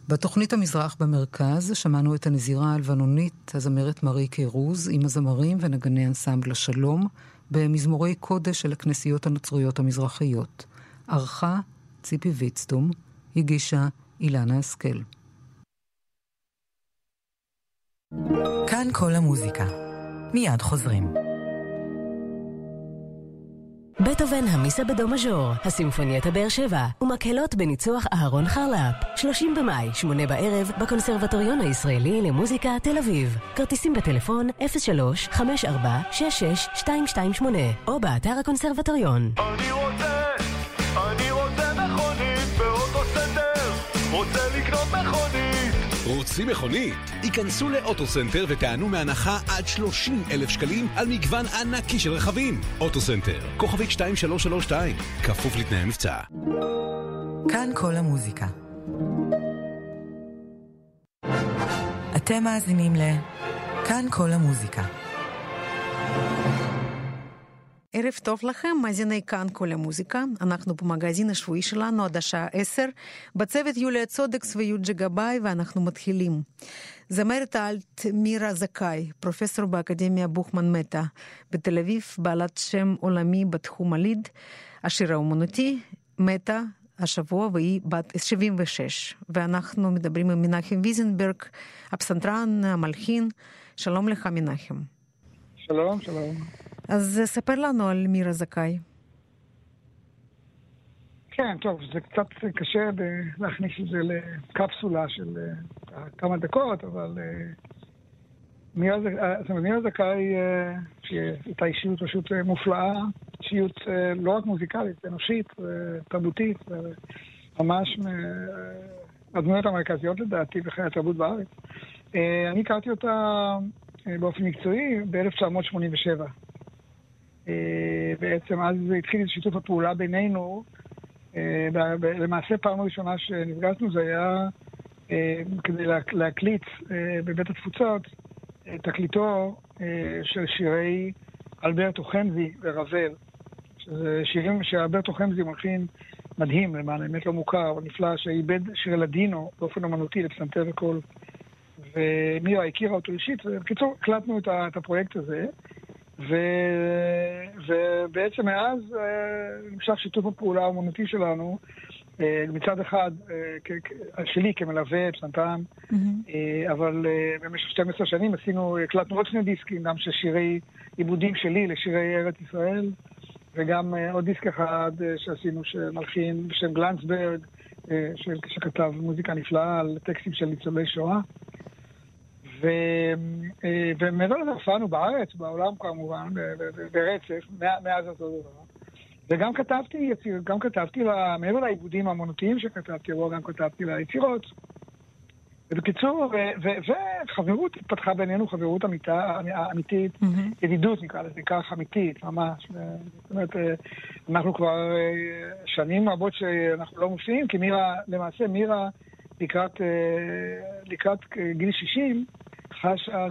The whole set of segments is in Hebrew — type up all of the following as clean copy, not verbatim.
בתוכנית המזרח במרכז שמענו את הנזירה הלבנונית, הזמרת מריקי רוז, עם הזמרים ונגני אנסמבל השלום, במזמורי קודש של הכנסיות הנוצריות המזרחיות. ערכה ציפי ויצטום, הגישה אילנה השכל. כאן כל המוזיקה. מיד חוזרים. בטהובן המיסה בדו מז'ור, הסימפונייטה באר שבע, ומקהלות בניצוח אהרון חרל"פ. 30 במאי, 8 בערב, בקונסרבטוריון הישראלי למוזיקה תל אביב. כרטיסים בטלפון 03-54-66-228, או באתר הקונסרבטוריון. אני רוצה מכונית באוטוסנטר, רוצה לקנות מכונית. רוצים מכונית? היכנסו לאוטוסנטר ותענו מהנחה עד 30,000 שקלים על מגוון ענקי של רכבים. אוטוסנטר, כוכבית 2332, כפוף לתנאי מבצע. כאן כל המוזיקה. אתם מאזינים כאן כל המוזיקה. ערב טוב לכם, מאזיני כאן כל המוזיקה. אנחנו במגזין השבועי שלנו עד השעה 10, בצוות יוליה צודקס ויוג'ה גבאי, ואנחנו מתחילים. זמרת האלט מירה זכאי, פרופסור באקדמיה בוכמן מטה בתל אביב, בעלת שם עולמי בתחום הליד, השיר האומנותי, מטה השבוע, והיא בת 76. ואנחנו מדברים עם מנחם ויזנברג, הפסנתרן, המלחין. שלום לך מנחם. שלום, שלום. אז ספר לנו על מירה זכאי. כן, טוב, זה קצת קשה להכניס את זה לקפסולה של כמה דקות, אבל מירה זכאי, שהייתה אישיות פשוט מופלאה, אישיות לא רק מוזיקלית, אנושית, תרבותית, ממש מהדמויות המרכזיות לדעתי בחיי התרבות בארץ. אני הכרתי אותה באופן מקצועי ב-1987. בעצם אז התחיל שיתוף הפעולה בינינו. למעשה פעם הראשונה שנפגשנו זה היה כדי להקליט בבית התפוצות תקליטו של שירי אלברטו חמזי ורבל, שזה שירים שאלברטו חמזי מלחין מדהים, למען האמת לא מוכר אבל נפלא, שאיבד שיר לדינו באופן אומנותי לפסנתר וקול, ומירה הכירה אותו אישית. ובקיצור הקלטנו את הפרויקט הזה, ובעצם מאז נמשך שיתוף הפעולה האומנותי שלנו, מצד אחד שלי כמלווה פסנתרן, אבל במשך 12 שנים הקלטנו עוד 2 דיסקים, גם של שירי עיבודים שלי לשירי ארץ ישראל, וגם עוד דיסק אחד שעשינו שמלחין בשם גלנסברג, שכתב מוזיקה נפלאה על טקסטים של ניצולי שואה. ומעבר לזה הופענו בארץ, בעולם כמובן, ברצף, מאז אותו דבר. וגם כתבתי לה, מעבר לעיבודים האמנותיים שכתבתי, גם כתבתי לה יצירות. ובקיצור, וחברות התפתחה בינינו, חברות אמיתית, ידידות נקרא לזה, כך אמיתית, ממש. זאת אומרת, אנחנו כבר שנים רבות שאנחנו לא מופיעים, כי למעשה מירה לקראת גיל 60, חשה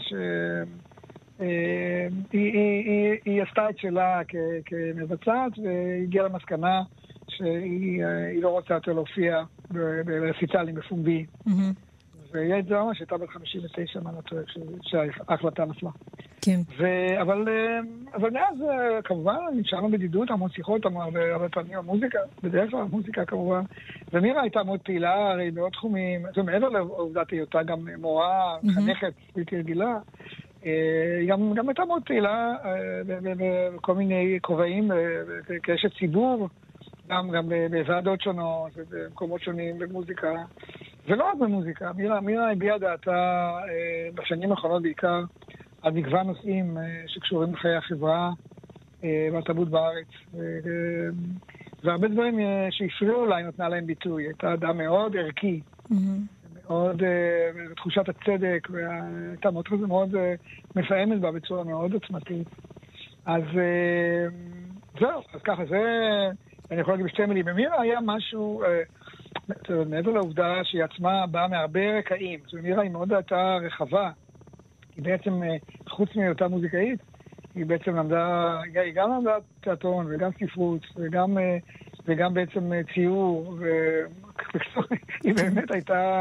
שהיא עשתה את שלה כמבצעת, והגיעה למסקנה שהיא לא רוצה יותר להופיע ברסיטלים בפומבי. והיא הייתה ממש, שהייתה בת 59 מהנטורת שההחלטה נפלה. כן. אבל מאז כמובן נשארנו בדידות, המון שיחות, הרבה פעמים המוזיקה, בדרך כלל המוזיקה כמובן, ומירה הייתה מאוד פעילה, הרי בעוד תחומים, זה מעבר לעובדת היותה גם מורה, חנכת, בלתי רגילה, היא גם הייתה מאוד פעילה בכל מיני כובעים, כאשת ציבור, גם בוועדות שונות, במקומות שונים במוזיקה, ולא רק במוזיקה. מירה הביעה דעתה בשנים האחרונות בעיקר על מגוון נושאים שקשורים לחיי החברה והתרבות בארץ. והרבה דברים שהפריעו לה, היא נתנה להם ביטוי. הייתה אדם מאוד ערכי, מאוד תחושת הצדק, והייתה מאוד מפעמת בה בצורה מאוד עוצמתית. אז זהו, אז ככה, אני יכול להגיד בשתי מילים. במירה היה משהו, מעבר לעובדה שהיא עצמה באה מהרבה רקעים. מירה היא מאוד הייתה רחבה. היא בעצם, חוץ מהיותה מוזיקאית, היא בעצם היא גם למדה תיאטרון וגם ספרות וגם בעצם ציור, היא באמת הייתה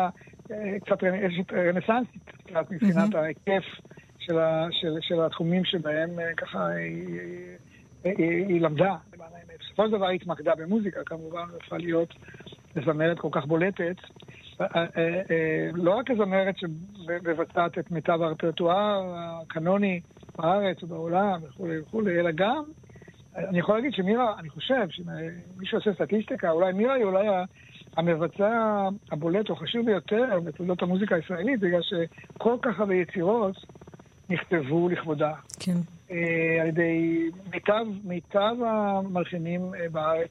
קצת רנסנסית, קצת מבחינת ההיקף של התחומים שבהם ככה היא למדה. בסופו של דבר היא התמקדה במוזיקה, כמובן, הפכה להיות זמרת כל כך בולטת. לא רק זמרת שמבצעת את מיטב הרפרטואר הקנוני בארץ ובעולם וכולי, אלא גם, אני יכול להגיד שמירה, אני חושב שמי שעושה סטטיסטיקה, אולי מירה היא אולי המבצע הבולט או חשוב ביותר בתולדות המוזיקה הישראלית, בגלל שכל כך הרבה יצירות נכתבו לכבודה. כן. על ידי מיטב המלחינים בארץ,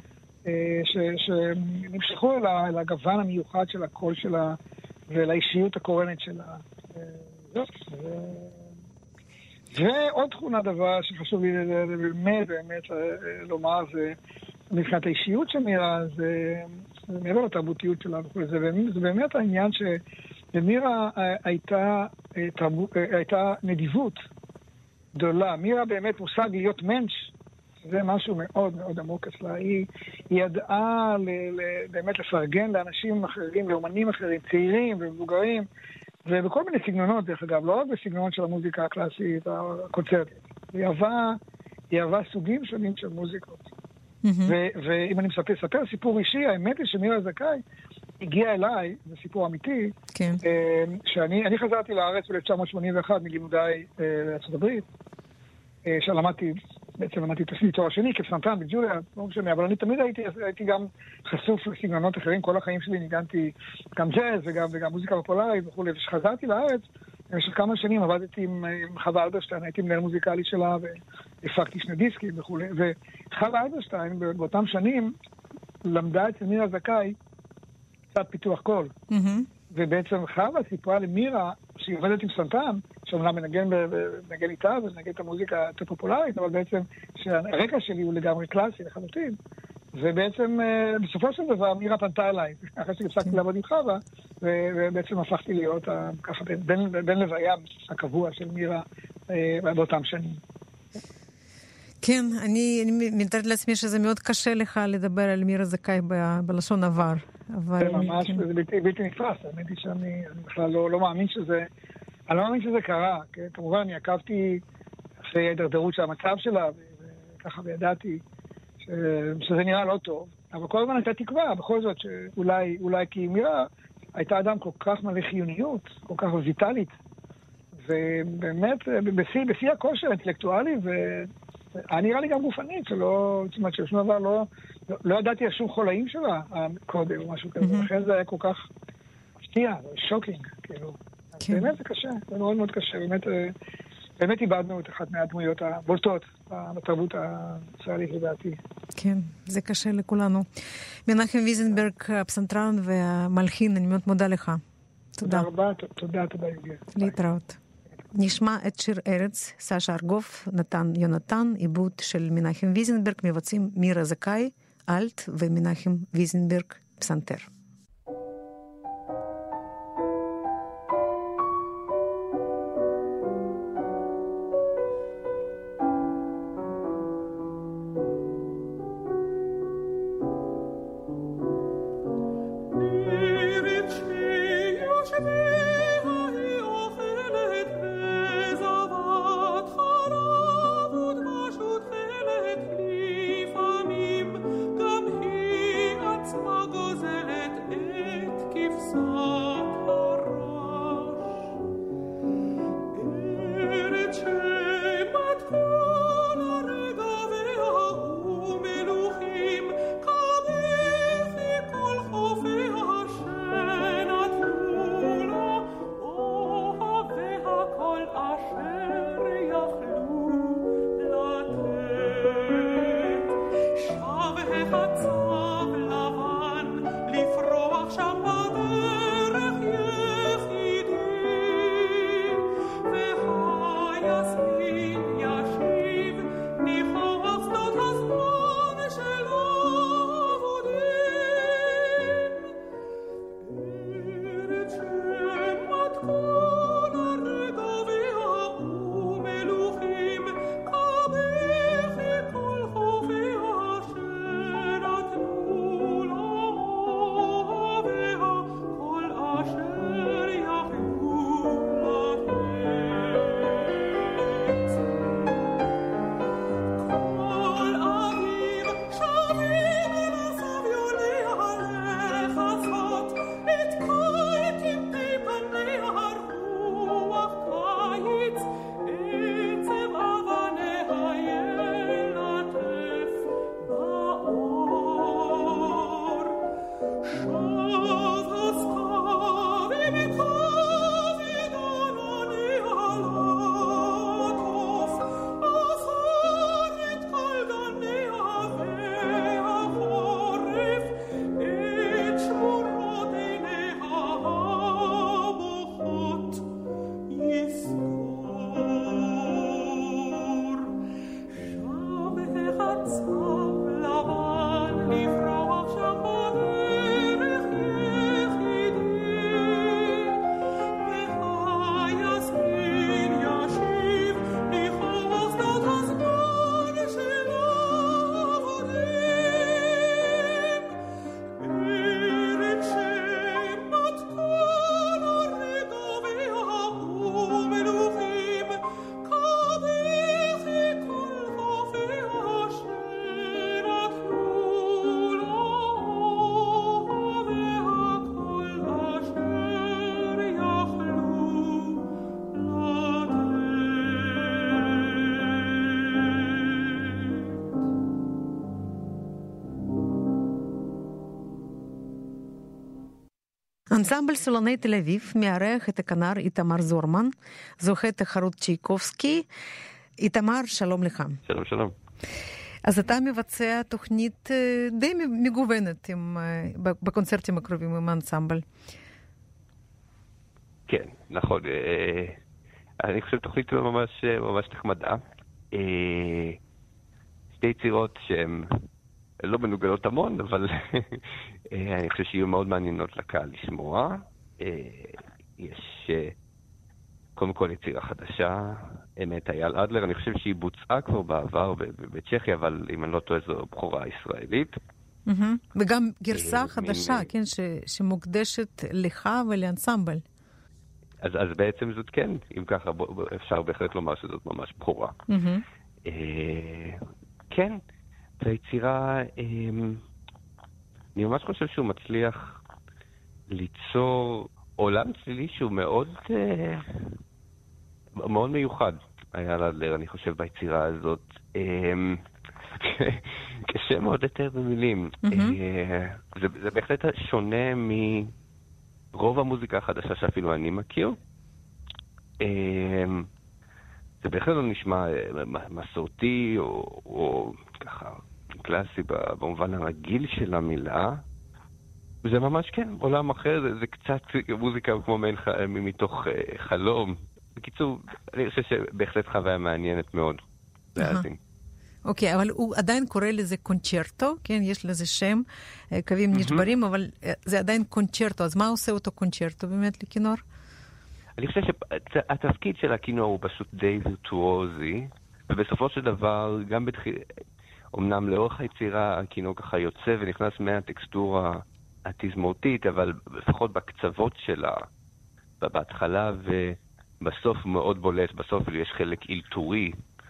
שנמשכו אל הגוון המיוחד של הקול שלה ולאישיות הקורנת שלה. ועוד תכונה דבר שחשוב לי באמת לומר, זה מבחינת האישיות של מירה, זה מעבר לתרבותיות שלה וכו'. זה באמת העניין שלמירה הייתה נדיבות גדולה. מירה באמת מושג להיות מנש, זה משהו מאוד מאוד עמוק אצלה. היא ידעה באמת לפרגן לאנשים אחרים, לאומנים אחרים, צעירים ומבוגרים, ובכל מיני סגנונות, דרך אגב, לא רק בסגנון של המוזיקה הקלאסית, הקונצרטית. היא אהבה סוגים שונים של מוזיקות. ואם אני מספר סיפור אישי, האמת היא שמירה זכאי הגיעה אליי, זה סיפור אמיתי, שאני חזרתי לארץ ב-1981 מלימודיי בארצות הברית, שלמדתי את תואר שני כפסנתרן בג'וליה, לא משנה, אבל אני תמיד הייתי גם חשוף לסגנונות אחרים, כל החיים שלי ניגנתי גם ג'אז וגם מוזיקה פופולרית וכו'. וכשחזרתי לארץ, במשך כמה שנים עבדתי עם חווה אלברשטיין, הייתי מנהל מוזיקלי שלה והפקתי שני דיסקים וכו'. וחווה אלברשטיין באותם שנים למדה אצל מירה זכאי קצת פיתוח קול. ובעצם חווה סיפרה למירה שהיא עובדת עם סנטן, שאומנם מנגן איתה ומנגן את המוזיקה יותר פופולרית, אבל בעצם שהרקע שלי הוא לגמרי קלאסי לחלוטין. ובעצם בסופו של דבר מירה פנתה אליי, אחרי שהפסקתי לעבוד עם חווה, ובעצם הפכתי להיות ככה בין לוויה הקבוע של מירה באותם שנים. כן, אני מתארת לעצמי שזה מאוד קשה לך לדבר על מירה זכאי בלשון עבר. זה ממש, זה בלתי נתפס. האמת היא שאני בכלל לא מאמין שזה, אני לא מאמין שזה קרה. כמובן, אני עקבתי אחרי ההידרדרות של המצב שלה, וככה וידעתי שזה נראה לא טוב. אבל כל הזמן הייתה תקווה, בכל זאת, שאולי כי מירה הייתה אדם כל כך מלא חיוניות, כל כך ויטלית, ובאמת, בשיא הכושר האינטלקטואלי, היה נראה לי גם גופנית, זאת אומרת ששום דבר לא ידעתי על שום חולאים שלה קודם או משהו כזה, לכן זה היה כל כך מפתיע, שוקינג, כאילו. באמת זה קשה, זה מאוד מאוד קשה, באמת איבדנו את אחת מהדמויות הבולטות בתרבות הישראלית לדעתי. כן, זה קשה לכולנו. מנחם ויזנברג, הפסנתרן והמלחין, אני מאוד מודה לך. תודה. תודה רבה, תודה יוגב. להתראות. נשמע את שיר ארץ, סשה ארגוף, נתן יונתן, עיבוד של מנחם ויזנברג, מבצעים מירה זכאי, אלט ומנחם ויזנברג, פסנתר. לפעמים גם היא עצמה גוזלת אנסמבל סולני תל אביב מארח את הכנר איתמר זורמן, זוכה תחרות צ'ייקובסקי. איתמר, שלום לך. שלום, שלום. אז אתה מבצע תוכנית די מגוונת בקונצרטים הקרובים עם האנסמבל. כן, נכון. אני חושב תוכנית ממש נחמדה. שתי יצירות שהן לא מנוגנות המון, אבל אני חושב שיהיו מאוד מעניינות לקהל לשמוע. יש קודם כל יצירה חדשה, אמת אייל אדלר, אני חושב שהיא בוצעה כבר בעבר בצ'כיה, אבל אם אני לא טועה זו בחורה ישראלית. וגם גרסה חדשה, כן, שמוקדשת לך ולאנסמבל. אז בעצם זאת כן, אם ככה אפשר בהחלט לומר שזאת ממש בחורה. כן, והיצירה, אני ממש חושב שהוא מצליח ליצור עולם צלילי שהוא מאוד מאוד מיוחד. היה לאדלר, אני חושב, ביצירה הזאת. קשה מאוד לתאר במילים. זה בהחלט שונה מרוב המוזיקה החדשה שאפילו אני מכיר. זה בהחלט לא נשמע מסורתי או ככה קלאסי במובן הרגיל של המילה. זה ממש כן, עולם אחר, זה קצת מוזיקה כמו מתוך חלום. בקיצור, אני חושב שבהחלט חוויה מעניינת מאוד להאזין. אוקיי, אבל הוא עדיין קורא לזה קונצ'רטו, כן? יש לזה שם, קווים נשברים, אבל זה עדיין קונצ'רטו. אז מה עושה אותו קונצ'רטו באמת לכינור? אני חושב שהתפקיד של הכינור הוא פשוט די וירטואוזי, ובסופו של דבר, גם אמנם לאורך היצירה, הכינור ככה יוצא ונכנס מהטקסטורה התזמורתית, אבל לפחות בקצוות שלה, בהתחלה ובסוף מאוד בולט, בסוף יש חלק אילתורי,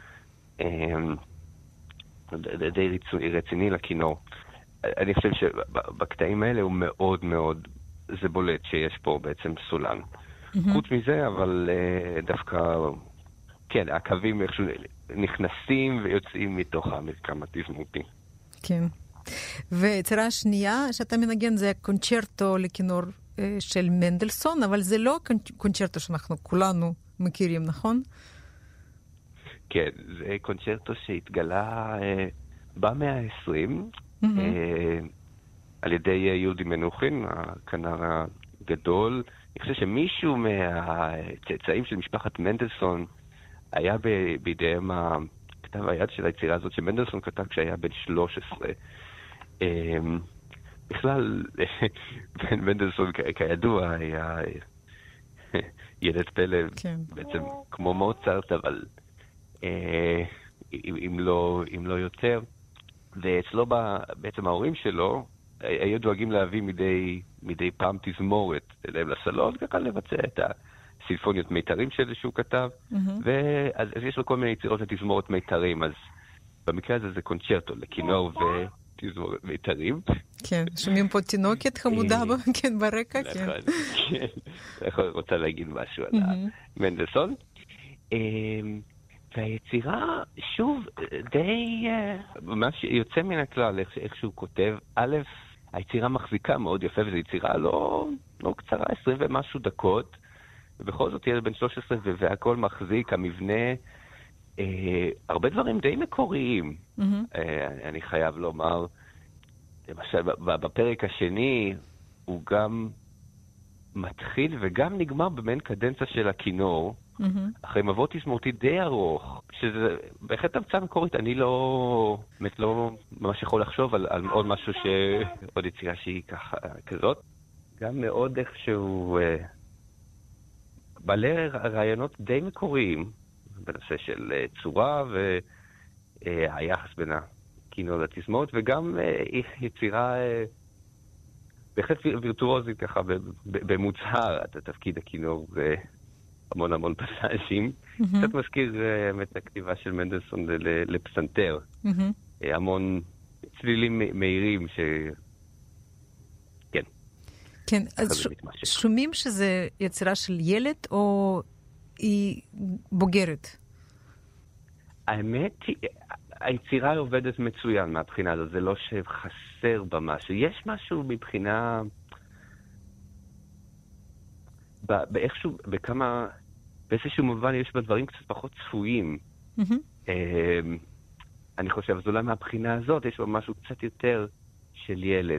די רציני לכינור. אני חושב שבקטעים האלה הוא מאוד מאוד, זה בולט שיש פה בעצם סולן. חוץ מזה, אבל דווקא, כן, הקווים איכשהו נכנסים ויוצאים מתוך המרקם התזמורתי. כן. ויצירה השנייה שאתה מנגן זה קונצ'רטו לכינור של מנדלסון, אבל זה לא קונצ'רטו שאנחנו כולנו מכירים, נכון? כן, זה קונצ'רטו שהתגלה במאה ה-20 על ידי יהודי מנוחין, הכנר הגדול. אני חושב שמישהו מהצאצאים של משפחת מנדלסון היה בידיהם כתב היד של היצירה הזאת שמנדלסון כתב כשהיה בן 13. בכלל, מנדלסון כידוע היה ילד פלא, בעצם כמו מוצרט, אבל אם לא יותר. ואצלו בעצם ההורים שלו היו דואגים להביא מדי פעם תזמורת אליהם לסלון, ככה לבצע את הסימפוניות מיתרים שהוא כתב, ואז יש לו כל מיני יצירות לתזמורת מיתרים, אז במקרה הזה זה קונצ'רטו לכינור ותזמורת מיתרים. כן, שומעים פה תינוקת חמודה כן, ברקע, כן. כן, רוצה להגיד משהו על מנדלסון. והיצירה, שוב, די, ממש יוצא מן הכלל, איך שהוא כותב. א', היצירה מחזיקה מאוד יפה, וזו יצירה לא קצרה, 20 ומשהו דקות, ובכל זאת ילד בן 13 והכל מחזיק, המבנה, הרבה דברים די מקוריים. אני חייב לומר, למשל, בפרק השני, הוא גם מתחיל וגם נגמר במין קדנציה של הכינור, אחרי מבוא תזמורתי די ארוך, שזה בהחלט המצאה מקורית, אני לא ממש יכול לחשוב על עוד משהו עוד יצירה שהיא ככה כזאת. גם מאוד איכשהו בעלי רעיונות די מקוריים בנושא של צורה והיחס בין הכינור לתזמורת, וגם יצירה בהחלט וירטואוזית ככה במוצהר, תפקיד הכינור המון פסאז'ים. קצת מזכיר את הכתיבה של מנדלסון לפסנתר. המון צלילים מהירים כן, אז שומעים שזה יצירה של ילד או היא בוגרת? האמת היא, היצירה עובדת מצוין מהבחינה הזאת, זה לא שחסר בה משהו. יש משהו מבחינה באיזשהו מובן יש בדברים קצת פחות צפויים. אני חושב, אז אולי מהבחינה הזאת יש בה משהו קצת יותר של ילד.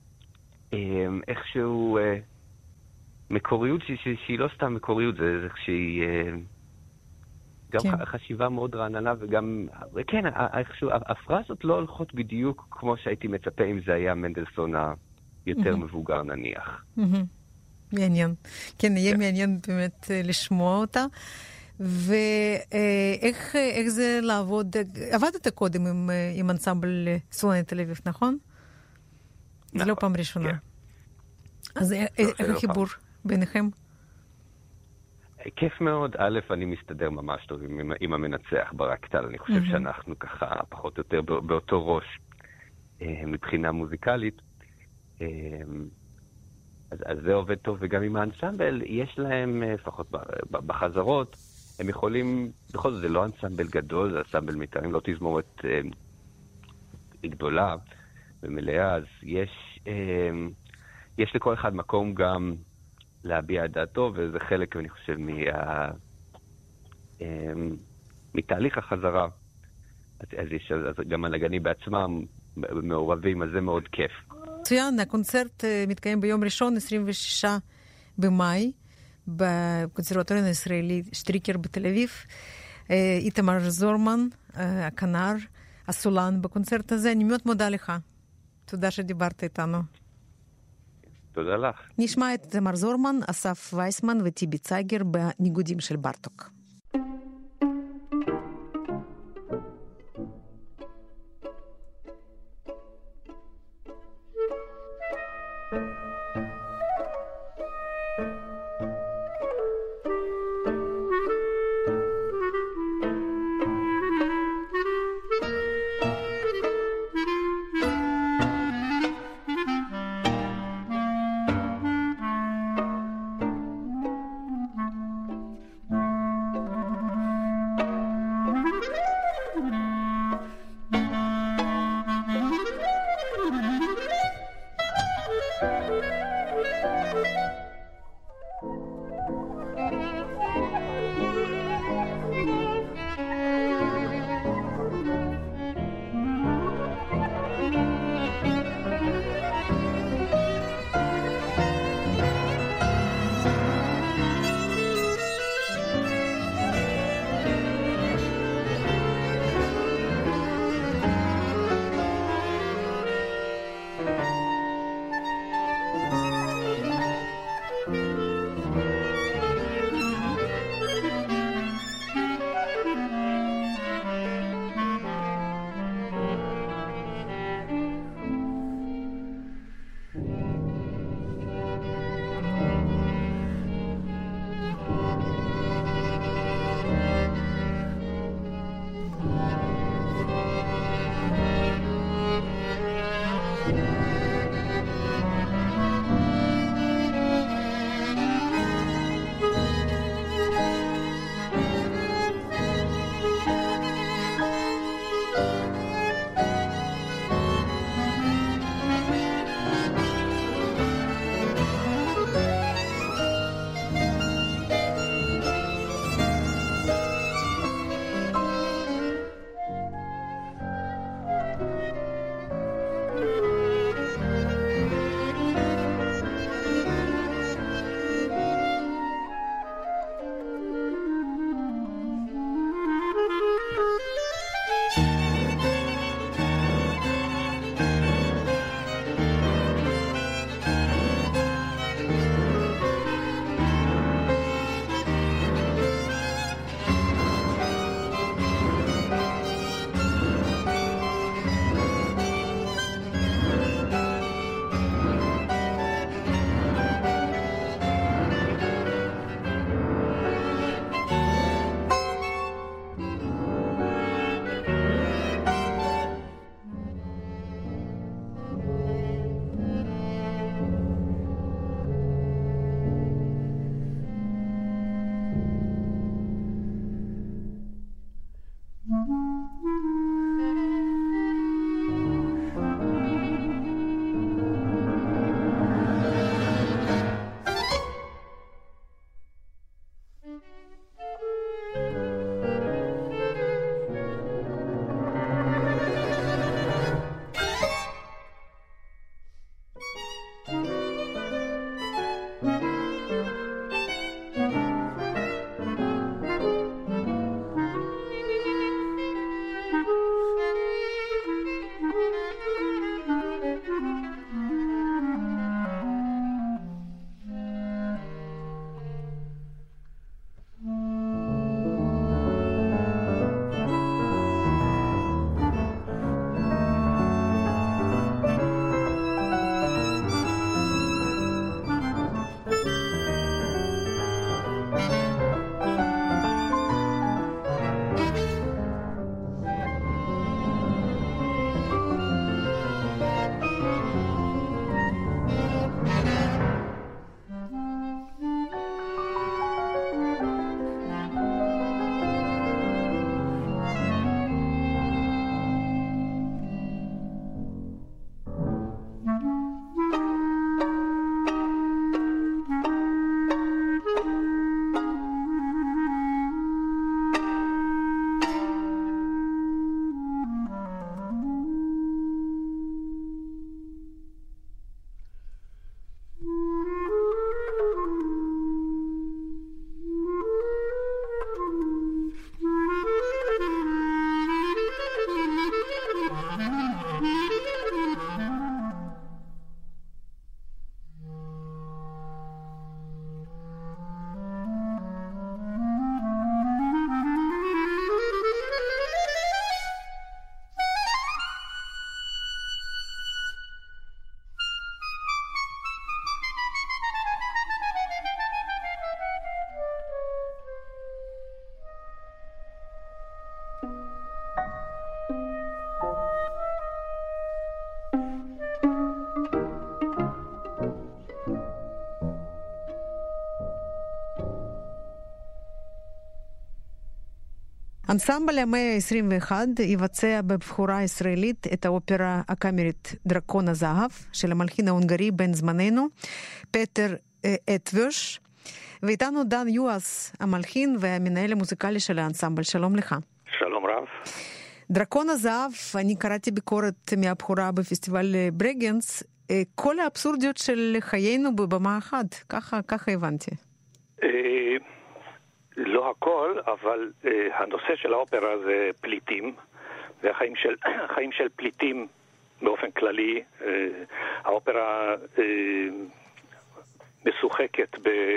איכשהו מקוריות שהיא לא סתם מקוריות, זה איכשהי גם חשיבה מאוד רעננה, וגם, כן, איכשהו הפרזות לא הולכות בדיוק כמו שהייתי מצפה אם זה היה מנדלסון היותר מבוגר נניח. מעניין. כן, יהיה מעניין באמת לשמוע אותה. ואיך זה לעבוד? עבדת קודם עם אנסמבל סולני תל אביב, נכון? זה לא פעם ראשונה. אז איך החיבור ביניכם? כיף מאוד. א', אני מסתדר ממש טוב עם המנצח ברק טל. אני חושב שאנחנו ככה פחות או יותר באותו ראש מבחינה מוזיקלית. אז זה עובד טוב, וגם עם האנסמבל יש להם, לפחות בחזרות, הם יכולים, בכל זאת זה לא אנסמבל גדול, זה אנסמבל מיתרים, לא תזמורת גדולה ומלאה, אז יש לכל אחד מקום גם להביע את דעתו, וזה חלק, אני חושב, מתהליך החזרה. אז יש גם הנגנים בעצמם מעורבים, אז זה מאוד כיף. מצוין, הקונצרט מתקיים ביום ראשון, 26 במאי, בקונסרבטוריון הישראלי שטריקר בתל אביב. איתמר זורמן, הכנר, הסולן בקונצרט הזה. אני מאוד מודה לך. תודה שדיברת איתנו. תודה לך. נשמע את איתמר זורמן, אסף וייסמן וטיבי צייגר בניגודים של ברטוק. אנסמבל המאה ה-21 יבצע בבחורה ישראלית את האופרה הקאמרית דרקון הזהב של המלחין ההונגרי בן זמננו, פטר אטווש, ואיתנו דן יואס, המלחין והמנהל המוזיקלי של האנסמבל. שלום לך. שלום רב. דרקון הזהב, אני קראתי ביקורת מהבחורה בפסטיבל ברגנס, כל האבסורדיות של חיינו בבמה אחת, ככה הבנתי. לא הכל, אבל הנושא של האופרה זה פליטים, והחיים של פליטים באופן כללי. האופרה משוחקת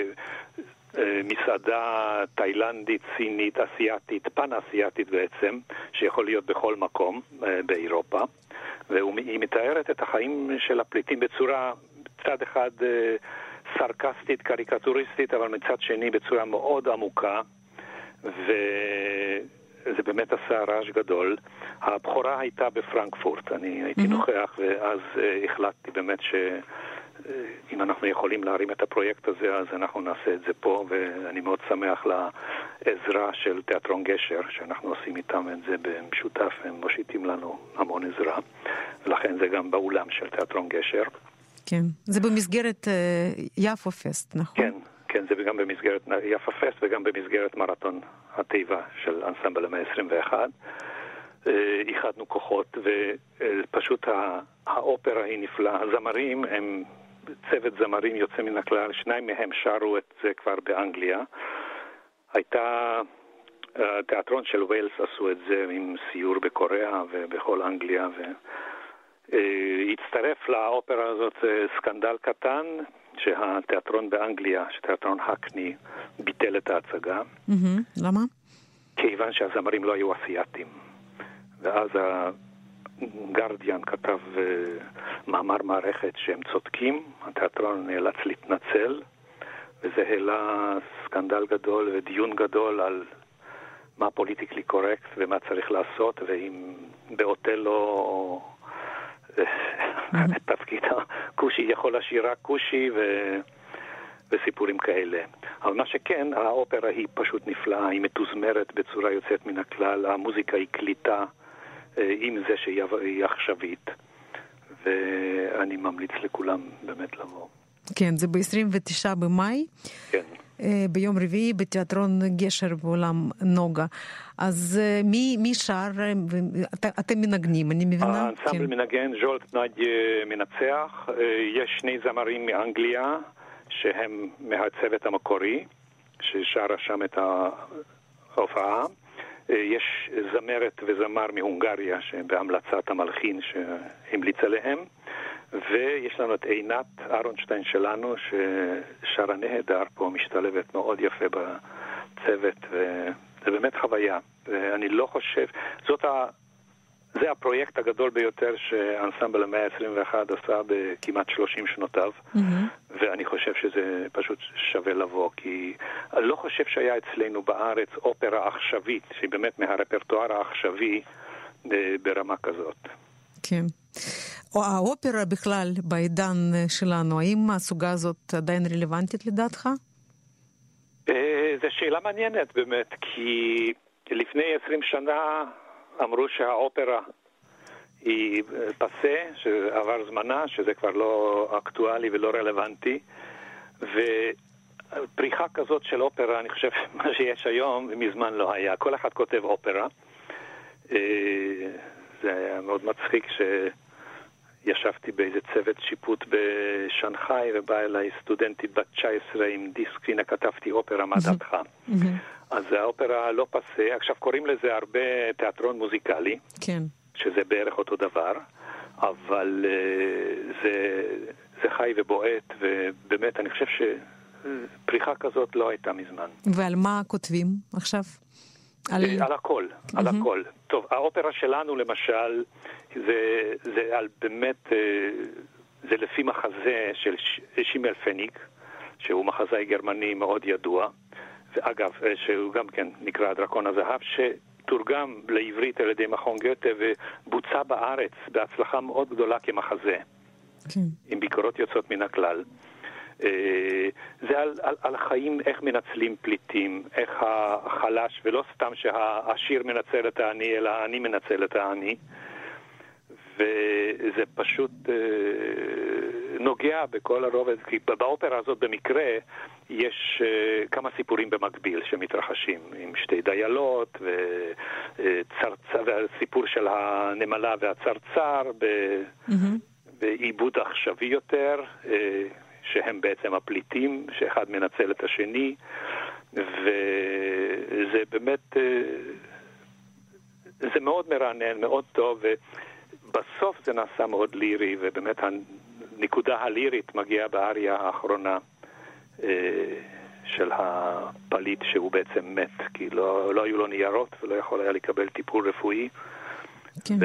במסעדה תאילנדית, סינית, אסיאתית, פן-אסיאתית בעצם, שיכול להיות בכל מקום באירופה, והיא מתארת את החיים של הפליטים בצורה, צד אחד סרקסטית, קריקטוריסטית, אבל מצד שני בצורה מאוד עמוקה, וזה באמת עשה רעש גדול. הבחורה הייתה בפרנקפורט, אני הייתי נוכח, ואז החלטתי באמת שאם אנחנו יכולים להרים את הפרויקט הזה, אז אנחנו נעשה את זה פה, ואני מאוד שמח לעזרה של תיאטרון גשר, שאנחנו עושים איתם את זה במשותף, הם מושיטים לנו המון עזרה, ולכן זה גם באולם של תיאטרון גשר. כן, זה במסגרת יפה פסט, נכון? כן, זה גם במסגרת יפה פסט וגם במסגרת מרתון הטבע של אנסמבל המאה ה-21. איחדנו כוחות, ופשוט האופרה היא נפלאה. הזמרים הם צוות זמרים יוצא מן הכלל, שניים מהם שרו את זה כבר באנגליה. הייתה תיאטרון של ווילס עשו את זה עם סיור בקוריאה ובכל אנגליה, הצטרף לאופרה הזאת סקנדל קטן, שהתיאטרון באנגליה, שתיאטרון הקני, ביטל את ההצגה. למה? כיוון שהזמרים לא היו אסיאטים. ואז הגרדיאן כתב מאמר מערכת שהם צודקים, התיאטרון נאלץ להתנצל, וזה העלה סקנדל גדול ודיון גדול על מה פוליטיקלי קורקט ומה צריך לעשות, ואם באוטלו תפקיד הקושי יכול לשיר רק קושי וסיפורים כאלה. אבל מה שכן, האופרה היא פשוט נפלאה, היא מתוזמרת בצורה יוצאת מן הכלל, המוזיקה היא קליטה עם זה שהיא עכשווית, ואני ממליץ לכולם באמת לבוא. כן, זה ב-29 במאי. כן. ביום רביעי בתיאטרון גשר באולם נוגה. אז מי שר? אתם מנגנים, אני מבינה? האנסמבל מנגן, ז'ולט נדיה מנצח. יש שני זמרים מאנגליה שהם מהצוות המקורי, ששרה שם את ההופעה. יש זמרת וזמר מהונגריה שבהמלצת המלחין שהמליץ עליהם. ויש לנו את עינת אהרונשטיין שלנו, ששרה נהדר פה, משתלבת מאוד יפה בצוות, וזה באמת חוויה. ואני לא חושב, זה הפרויקט הגדול ביותר שאנסמבל המאה ה-21 עשה בכמעט 30 שנותיו, ואני חושב שזה פשוט שווה לבוא, כי אני לא חושב שהיה אצלנו בארץ אופרה עכשווית, שהיא באמת מהרפרטואר העכשווי ברמה כזאת. כן. או האופרה בכלל בעידן שלנו, האם הסוגה הזאת עדיין רלוונטית לדעתך? זו שאלה מעניינת באמת, כי לפני 20 שנה אמרו שהאופרה היא פסה, שעבר זמנה, שזה כבר לא אקטואלי ולא רלוונטי, ופריחה כזאת של אופרה, אני חושב מה שיש היום מזמן לא היה. כל אחד כותב אופרה. זה היה מאוד מצחיק ישבתי באיזה צוות שיפוט בשנחאי, ובא אליי סטודנטית בת 19 עם דיסק, הנה כתבתי אופרה, מה דעתך? אז האופרה לא פסה, עכשיו קוראים לזה הרבה תיאטרון מוזיקלי, שזה בערך אותו דבר, אבל זה חי ובועט, ובאמת אני חושב שפריחה כזאת לא הייתה מזמן. ועל מה כותבים עכשיו? על הכל, על הכל. טוב, האופרה שלנו למשל, זה על באמת, זה לפי מחזה של שימל פניק, שהוא מחזאי גרמני מאוד ידוע, ואגב, שהוא גם כן נקרא דרקון הזהב, שתורגם לעברית על ידי מכון גוטה ובוצע בארץ בהצלחה מאוד גדולה כמחזה, עם ביקורות יוצאות מן הכלל. זה על החיים, איך מנצלים פליטים, איך החלש, ולא סתם שהעשיר מנצל את העני, אלא העני מנצל את העני. וזה פשוט נוגע בכל הרובד, כי באופרה הזאת במקרה יש כמה סיפורים במקביל שמתרחשים, עם שתי דיילות, והסיפור של הנמלה והצרצר, בעיבוד עכשווי יותר, שהם בעצם הפליטים, שאחד מנצל את השני, וזה באמת, זה מאוד מרענן, מאוד טוב, ובסוף זה נעשה מאוד לירי, ובאמת הנקודה הלירית מגיעה באריה האחרונה של הפליט שהוא בעצם מת, כי לא היו לו ניירות ולא יכול היה לקבל טיפול רפואי. כן.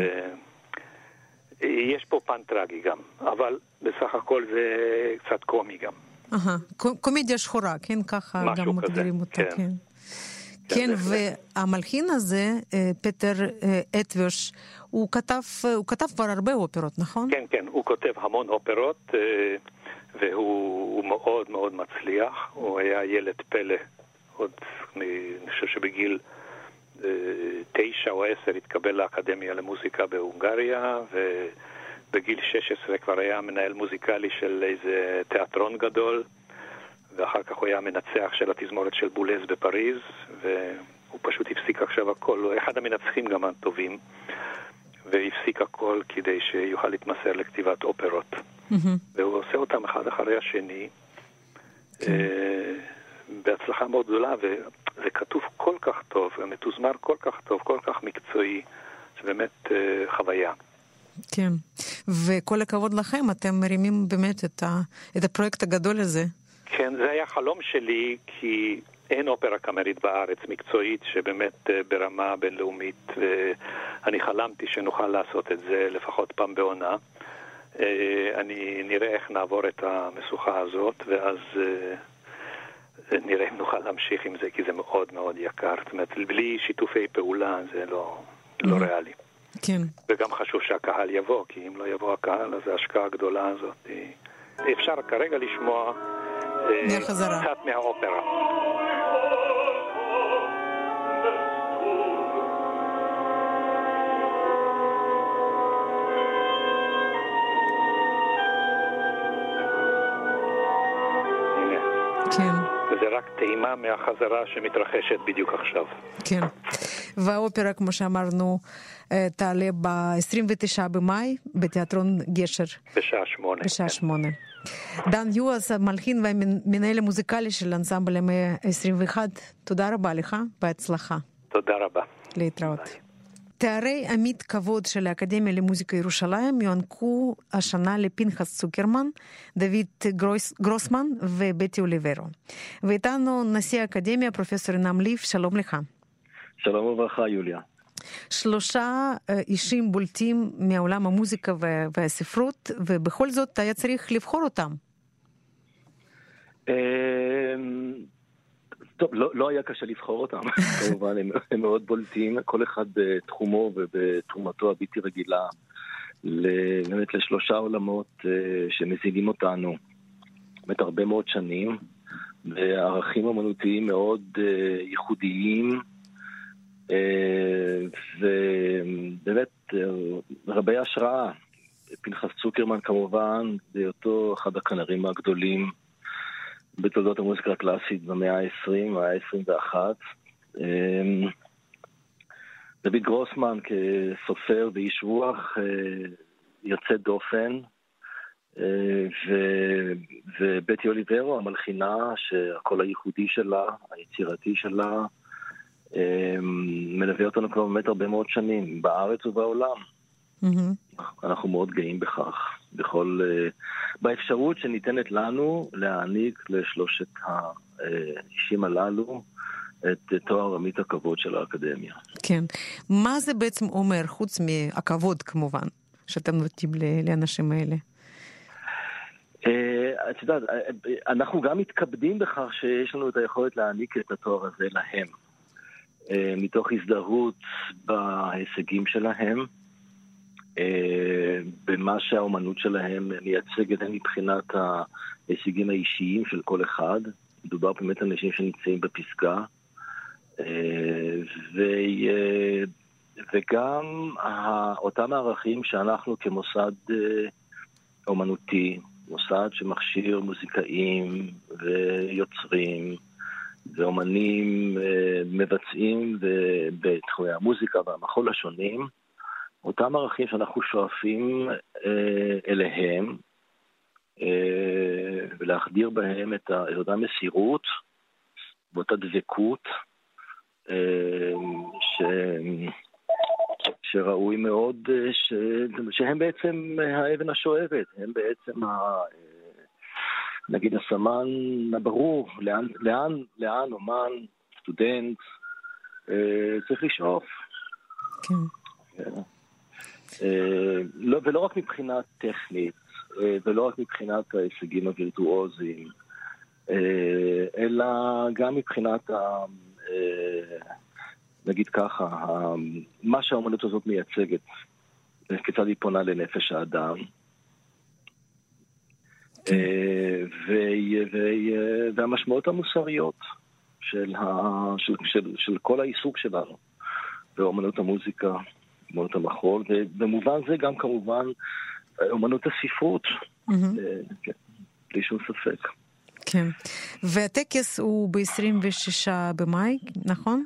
יש פה פן טרגי גם, אבל בסך הכל זה קצת קומי גם. קומדיה שחורה, כן? ככה גם מגדירים אותה, כן. כן, והמלחין הזה, פטר אטוויש, הוא כתב כבר הרבה אופרות, נכון? כן, כן, הוא כותב המון אופרות, והוא מאוד מאוד מצליח. הוא היה ילד פלא, עוד, אני חושב שבגיל 9 או 10 התקבל לאקדמיה למוזיקה בהונגריה, ובגיל 16 כבר היה מנהל מוזיקלי של איזה תיאטרון גדול, ואחר כך הוא היה מנצח של התזמורת של בולז בפריז, והוא פשוט הפסיק עכשיו הכל. הוא אחד המנצחים גם הטובים, והפסיק הכל כדי שיוכל להתמסר לכתיבת אופרות. והוא עושה אותם אחד אחרי השני, בהצלחה מאוד גדולה, וזה כתוב כל כך טוב, מתוזמר כל כך טוב, כל כך מקצועי, זה באמת חוויה. כן, וכל הכבוד לכם, אתם מרימים באמת את הפרויקט הגדול הזה. כן, זה היה חלום שלי, כי אין אופרה קאמרית בארץ מקצועית שבאמת ברמה בינלאומית, ואני חלמתי שנוכל לעשות את זה לפחות פעם בעונה. אני נראה איך נעבור את המשוכה הזאת, ואז נראה אם נוכל להמשיך עם זה, כי זה מאוד מאוד יקר. זאת אומרת, בלי שיתופי פעולה זה לא ריאלי. כן. וגם חשוב שהקהל יבוא, כי אם לא יבוא הקהל, אז ההשקעה הגדולה הזאת אפשר כרגע לשמוע קצת מהאופרה. כן. וזה רק טעימה מהחזרה שמתרחשת בדיוק עכשיו. כן. והאופרה, כמו שאמרנו, תעלה ב-29 במאי בתיאטרון גשר. בשעה 8. בשעה 8. דן יועז, המלחין והמנהל המוזיקלי של אנסמבל המאה ה-21, תודה רבה לך, בהצלחה. תודה רבה. להתראות. תארי עמית כבוד של האקדמיה למוזיקה ירושלים יוענקו השנה לפנחס צוקרמן, דוד גרוסמן ובטי אוליברו. ואיתנו נשיא האקדמיה, פרופסור עינם ליף, שלום לך. שלום וברכה, יוליה. 3 אישים בולטים מעולם המוזיקה והספרות, ובכל זאת היה צריך לבחור אותם. טוב, לא היה קשה לבחור אותם, כמובן, הם מאוד בולטים, כל אחד בתחומו ובתרומתו הבלתי רגילה, באמת ל3 עולמות שמזינים אותנו, באמת הרבה מאוד שנים, וערכים אמנותיים מאוד ייחודיים, ובאמת רבי השראה. פנחס צוקרמן כמובן, בהיותו אחד הכנרים הגדולים בתולדות המוזיקה הקלאסית במאה ה-20, במאה ה-21. דוד גרוסמן כסופר ואיש רוח יוצא דופן, ובטי אוליברו, המלחינה, שהקול הייחודי שלה, היצירתי שלה, מלווה אותנו כבר באמת הרבה מאוד שנים, בארץ ובעולם. אנחנו מאוד גאים בכך, באפשרות שניתנת לנו להעניק לשלושת האישים הללו את תואר עמית הכבוד של האקדמיה. כן. מה זה בעצם אומר, חוץ מהכבוד כמובן, שאתם נותנים לאנשים האלה? את יודעת, אנחנו גם מתכבדים בכך שיש לנו את היכולת להעניק את התואר הזה להם, מתוך הזדהות בהישגים שלהם, במה שהאומנות שלהם מייצגת, הן מבחינת ההישגים האישיים של כל אחד. מדובר באמת על אנשים שנמצאים בפסגה. וגם אותם הערכים שאנחנו כמוסד אומנותי, מוסד שמכשיר מוזיקאים ויוצרים ואומנים מבצעים בתחומי המוזיקה והמחול השונים, אותם ערכים שאנחנו שואפים אליהם ולהחדיר בהם את אותה מסירות ואותה דבקות שראוי מאוד שהם בעצם האבן השואבת, הם בעצם נגיד הסמן הברור לאן אומן, סטודנט צריך לשאוף. כן. ולא רק מבחינה טכנית ולא רק מבחינת ההישגים הווירטואוזיים, אלא גם מבחינת נגיד ככה, מה שהאומנות הזאת מייצגת, כיצד היא פונה לנפש האדם, והמשמעות המוסריות של כל העיסוק שלנו, באומנות המוזיקה, אומנות המחול, ובמובן זה גם כמובן אומנות הספרות, בלי שום ספק. כן, והטקס הוא ב-26 במאי, נכון?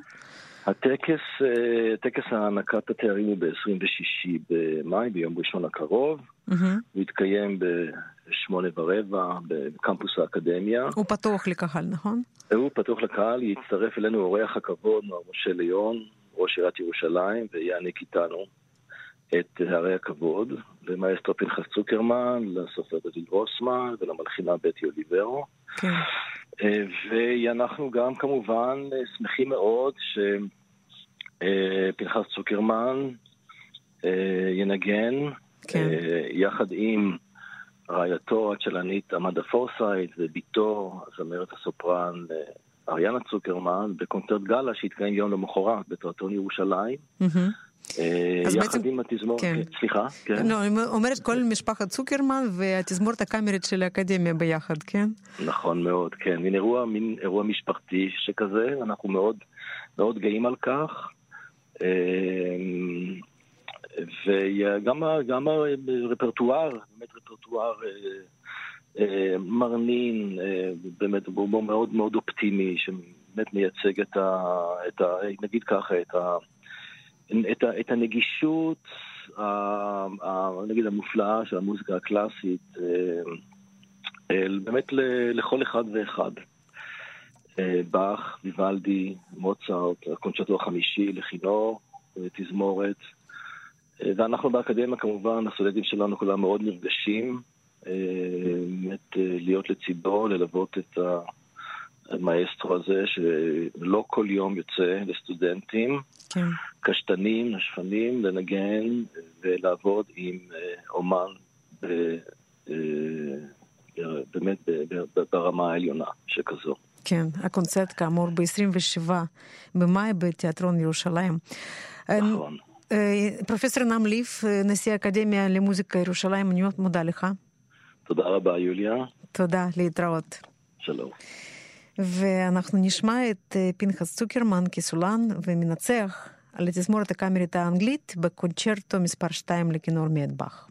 טקס הענקת התארים הוא ב-26 במאי, ביום ראשון הקרוב. הוא יתקיים ב-8:15 בקמפוס האקדמיה. הוא פתוח לקהל, נכון? הוא פתוח לקהל, יצטרף אלינו אורח הכבוד, מר משה ליון, ראש עיריית ירושלים, ויעניק איתנו את הרי הכבוד, למאסטרו פנחס צוקרמן, לסופר דוד גרוסמן, ולמלחינה בטי אוליברו. כן. ואנחנו גם כמובן שמחים מאוד שפנחס צוקרמן ינגן יחד עם רעייתו הצ'לנית עמדה פורסייט וביתו הזמרת הסופרן אריאנה צוקרמן בקונצרט גאלה שהתקיים יום למחרת בתיאטרון ירושלים. יחד עם התזמורת, סליחה, כן. לא, אני אומרת כל משפחת צוקרמן והתזמורת הקאמרית של האקדמיה ביחד, כן? נכון מאוד, כן. מין אירוע משפחתי שכזה, אנחנו מאוד מאוד גאים על כך. וגם הרפרטואר, באמת רפרטואר מרנין, באמת הוא מאוד מאוד אופטימי, שבאמת מייצג נגיד ככה, את הנגישות, נגיד המופלאה של המוזיקה הקלאסית, באמת לכל אחד ואחד. באך, ויוולדי, מוצרט, הקונצ'רטו החמישי לכינור, תזמורת. ואנחנו באקדמיה כמובן, הסטודנטים שלנו כולם מאוד נרגשים, באמת להיות לצידו, ללוות את המאסטרו הזה, שלא כל יום יוצא לסטודנטים, כן. קשתנים, נשפנים, לנגן ולעבוד עם אומן באמת ברמה העליונה שכזו. כן, הקונצרט כאמור ב-27 במאי בתיאטרון ירושלים. נכון. פרופסור נעם ליף, נשיא האקדמיה למוזיקה ירושלים, אני מאוד מודה לך. תודה רבה, יוליה. תודה, להתראות. שלום. ואנחנו נשמע את פנחס צוקרמן כסולן ומנצח על התזמורת הקאמרית האנגלית בקונצ'רטו מספר 2 לכינור מאת באך.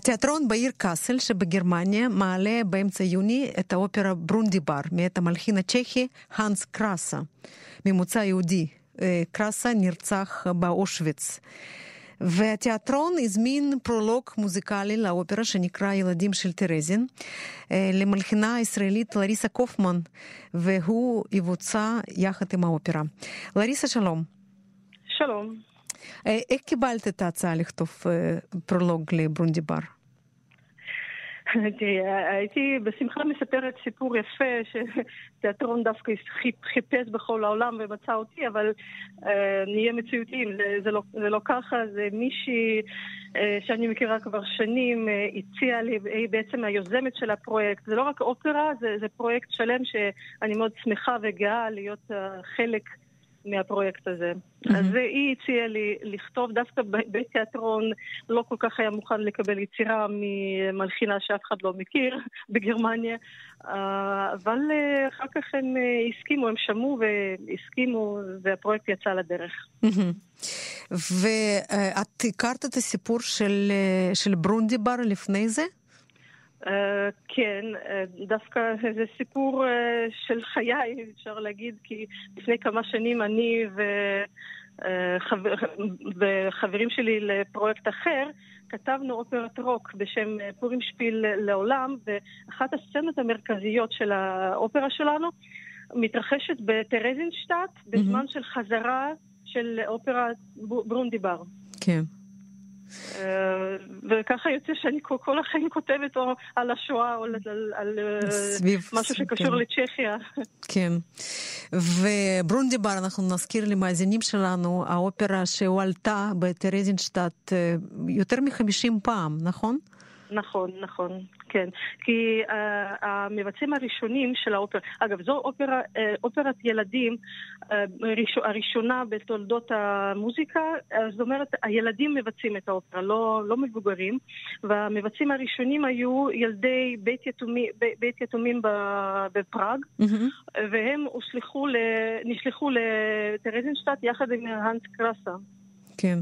התיאטרון בעיר קאסל שבגרמניה מעלה באמצע יוני את האופרה ברונדיבר מאת המלחין הצ'כי הנס קרסה, ממוצא יהודי. קרסה נרצח באושוויץ. והתיאטרון הזמין פרולוג מוזיקלי לאופרה שנקרא ילדים של טרזין, למלחינה הישראלית לריסה קופמן, והוא יבוצע יחד עם האופרה. לריסה, שלום. שלום. איך קיבלת את ההצעה לכתוב פרולוג לברונדיבר? הייתי בשמחה מספרת סיפור יפה שתיאטרון דווקא חיפש בכל העולם ומצא אותי, אבל נהיה מציאותיים, זה לא ככה. זה מישהי שאני מכירה כבר שנים הציעה לי, היא בעצם היוזמת של הפרויקט. זה לא רק אופרה, זה פרויקט שלם שאני מאוד שמחה וגאה להיות חלק מהפרויקט הזה. אז היא הציעה לי לכתוב, דווקא בתיאטרון לא כל כך היה מוכן לקבל יצירה ממלחינה שאף אחד לא מכיר בגרמניה, אבל אחר כך הם הסכימו, הם שמעו והסכימו, והפרויקט יצא לדרך. ואת הכרת את הסיפור של ברונדיבר לפני זה? כן, דווקא זה סיפור של חיי, אפשר להגיד, כי לפני כמה שנים אני וחברים שלי לפרויקט אחר כתבנו אופרת רוק בשם פורים שפיל לעולם, ואחת הסצנות המרכזיות של האופרה שלנו מתרחשת בטרזינשטאט בזמן של חזרה של אופרה ברונדיבר. כן. וככה יוצא שאני כל החיים כותבת או על השואה או על משהו שקשור לצ'כיה. כן. וברונדיבר, אנחנו נזכיר למאזינים שלנו, האופרה שהועלתה בטרזינשטאט יותר מ-50 פעם, נכון? נכון, כן. כי המבצעים הראשונים של האופרה, אגב, זו אופרת ילדים הראשונה בתולדות המוזיקה, זאת אומרת, הילדים מבצעים את האופרה, לא מבוגרים, והמבצעים הראשונים היו ילדי בית יתומים בפראג, והם נשלחו לטרזינשטאט יחד עם הנס קרסה. כן.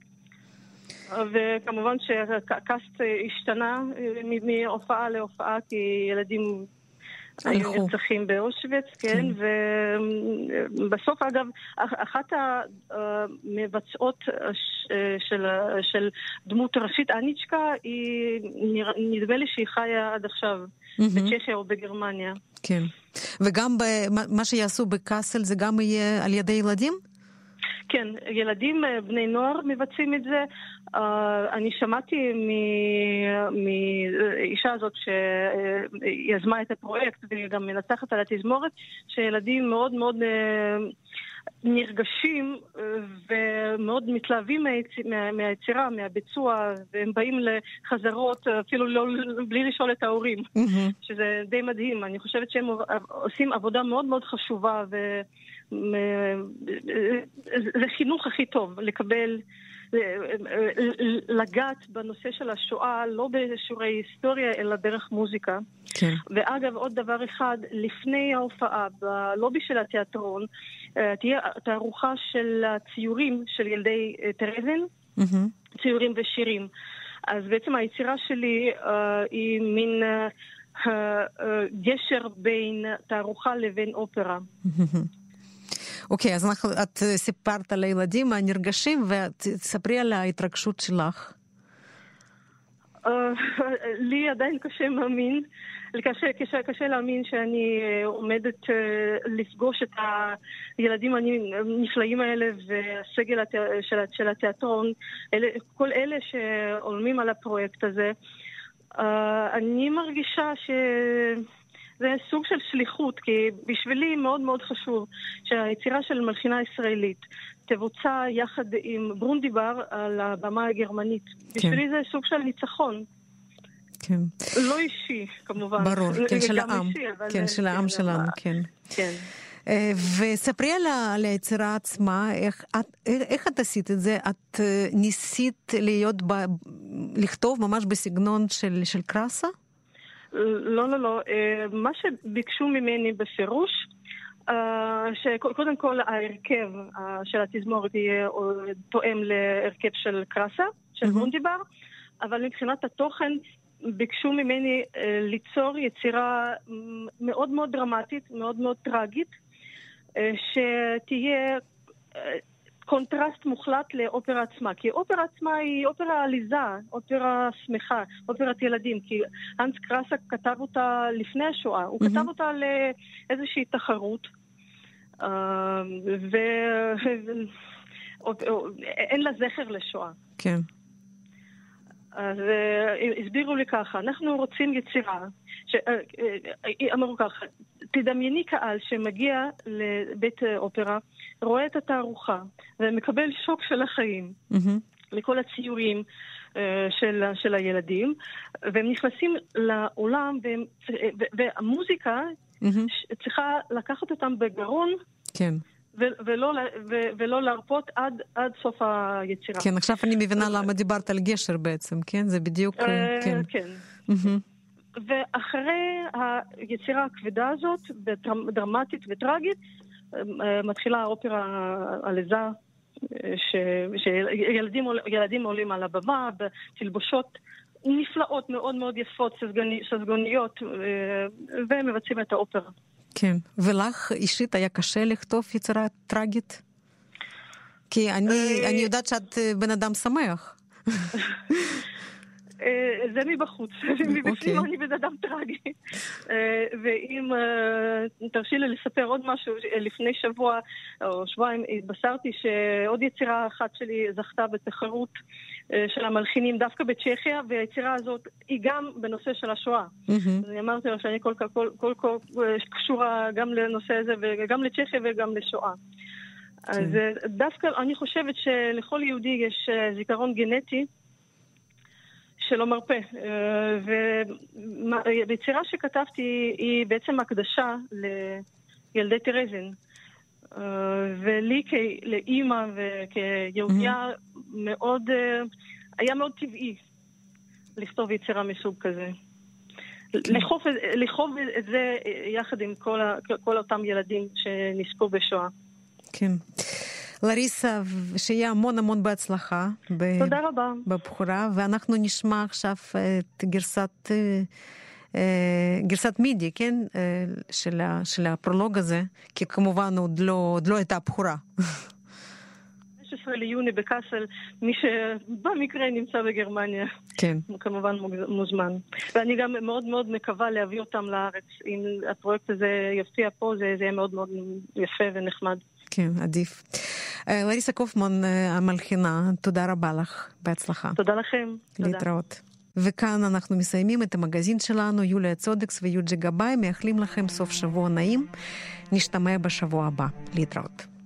וכמובן שהקאסט השתנה מהופעה להופעה, כי ילדים היו נרצחים באושוויץ, כן, ובסוף אגב, אחת המבצעות של דמות ראשית, אניצ'קה, נדמה לי שהיא חיה עד עכשיו בצ'כיה או בגרמניה. כן, וגם מה שיעשו בקאסל זה גם יהיה על ידי ילדים? כן, ילדים, בני נוער מבצעים את זה. אני שמעתי מאישה הזאת שיזמה את הפרויקט וגם מנצחת על התזמורת, שילדים מאוד מאוד נרגשים ומאוד מתלהבים מהיצירה, מהביצוע, והם באים לחזרות אפילו בלי לשאול את ההורים, שזה די מדהים. אני חושבת שהם עושים עבודה מאוד מאוד חשובה, זה חינוך הכי טוב, לקבל, לגעת בנושא של השואה, לא בשיעורי היסטוריה, אלא דרך מוזיקה. כן. ואגב, עוד דבר אחד, לפני ההופעה, בלובי של התיאטרון, תהיה תערוכה של הציורים של ילדי טרזין, ציורים ושירים. אז בעצם היצירה שלי היא מין גשר בין תערוכה לבין אופרה. אוקיי, אז את סיפרת על הילדים הנרגשים, ותספרי על ההתרגשות שלך. לי עדיין קשה מאמין, קשה להאמין שאני עומדת לפגוש את הילדים הנפלאים האלה והסגל של התיאטרון, כל אלה שעולמים על הפרויקט הזה. אני מרגישה זה סוג של שליחות, כי בשבילי מאוד מאוד חשוב שהיצירה של מלחינה ישראלית תבוצע יחד עם ברונדיבר על הבמה הגרמנית. בשבילי זה סוג של ניצחון. כן. לא אישי, כמובן. ברור, כן, של העם. כן, של העם שלנו, כן. כן. וספרי על היצירה עצמה, איך את עשית את זה? את ניסית לכתוב ממש בסגנון של קרסה? לא. מה שביקשו ממני בפירוש, שקודם כל ההרכב של התזמורת יהיה תואם להרכב של קרסה, של ברונדיבר, אבל מבחינת התוכן ביקשו ממני ליצור יצירה מאוד מאוד דרמטית, מאוד מאוד טרגית, שתהיה קונטרסט מוחלט לאופרה עצמה, כי אופרה עצמה היא אופרה עליזה, אופרה שמחה, אופרת ילדים, כי הנס קרסק כתב אותה לפני השואה, הוא כתב אותה לאיזושהי תחרות, ואין לה זכר לשואה. כן. אז הסבירו לי ככה, אנחנו רוצים יצירה, אמרו ככה, תדמייני קהל שמגיע לבית אופרה, רואה את התערוכה ומקבל שוק של החיים, לכל הציורים של הילדים, והם נכנסים לעולם, והמוזיקה צריכה לקחת אותם בגרון, כן. ולא להרפות עד סוף היצירה. כן, עכשיו אני מבינה למה דיברת על גשר בעצם, כן? זה בדיוק... כן. כן. ואחרי היצירה הכבדה הזאת, דרמטית וטרגית, מתחילה האופרה עליזה, שילדים עולים על הבמה, בתלבושות נפלאות, מאוד מאוד יפות, ססגוניות, ומבצעים את האופרה. כן, ולך אישית היה קשה לכתוב יצירה טרגית? כי אני יודעת שאת בן אדם שמח. זה מבחוץ, מבפנים אני בן אדם טרגי. ואם תרשי לי לספר עוד משהו, לפני שבוע או שבועיים התבשרתי שעוד יצירה אחת שלי זכתה בתחרות של המלחינים דווקא בצ'כיה, והיצירה הזאת היא גם בנושא של השואה. אני אמרתי לה שאני כל קשורה גם לנושא הזה, וגם לצ'כיה וגם לשואה. אז דווקא אני חושבת שלכל יהודי יש זיכרון גנטי שלא מרפא. ויצירה שכתבתי היא בעצם הקדשה לילדי טרזין. ולי לאימא וכיהודיה מאוד, היה מאוד טבעי לכתוב יצירה מסוג כזה. לחוב את זה יחד עם כל אותם ילדים שנספו בשואה. כן. לריסה, שיהיה המון המון בהצלחה. תודה רבה. בבחורה, ואנחנו נשמע עכשיו את גרסת מידי, כן? של הפרולוג הזה, כי כמובן עוד לא הייתה הבחורה. 15 ליוני בקאסל, מי שבמקרה נמצא בגרמניה, כן. כמובן מוזמן. ואני גם מאוד מאוד מקווה להביא אותם לארץ. אם הפרויקט הזה יופיע פה, זה יהיה מאוד מאוד יפה ונחמד. כן, עדיף. לריסה קופמן, המלחינה, תודה רבה לך, בהצלחה. תודה לכם. להתראות. וכאן אנחנו מסיימים את המגזין שלנו, יוליה צודקס ויוג'י גבאי, מאחלים לכם סוף שבוע נעים, נשתמע בשבוע הבא. להתראות.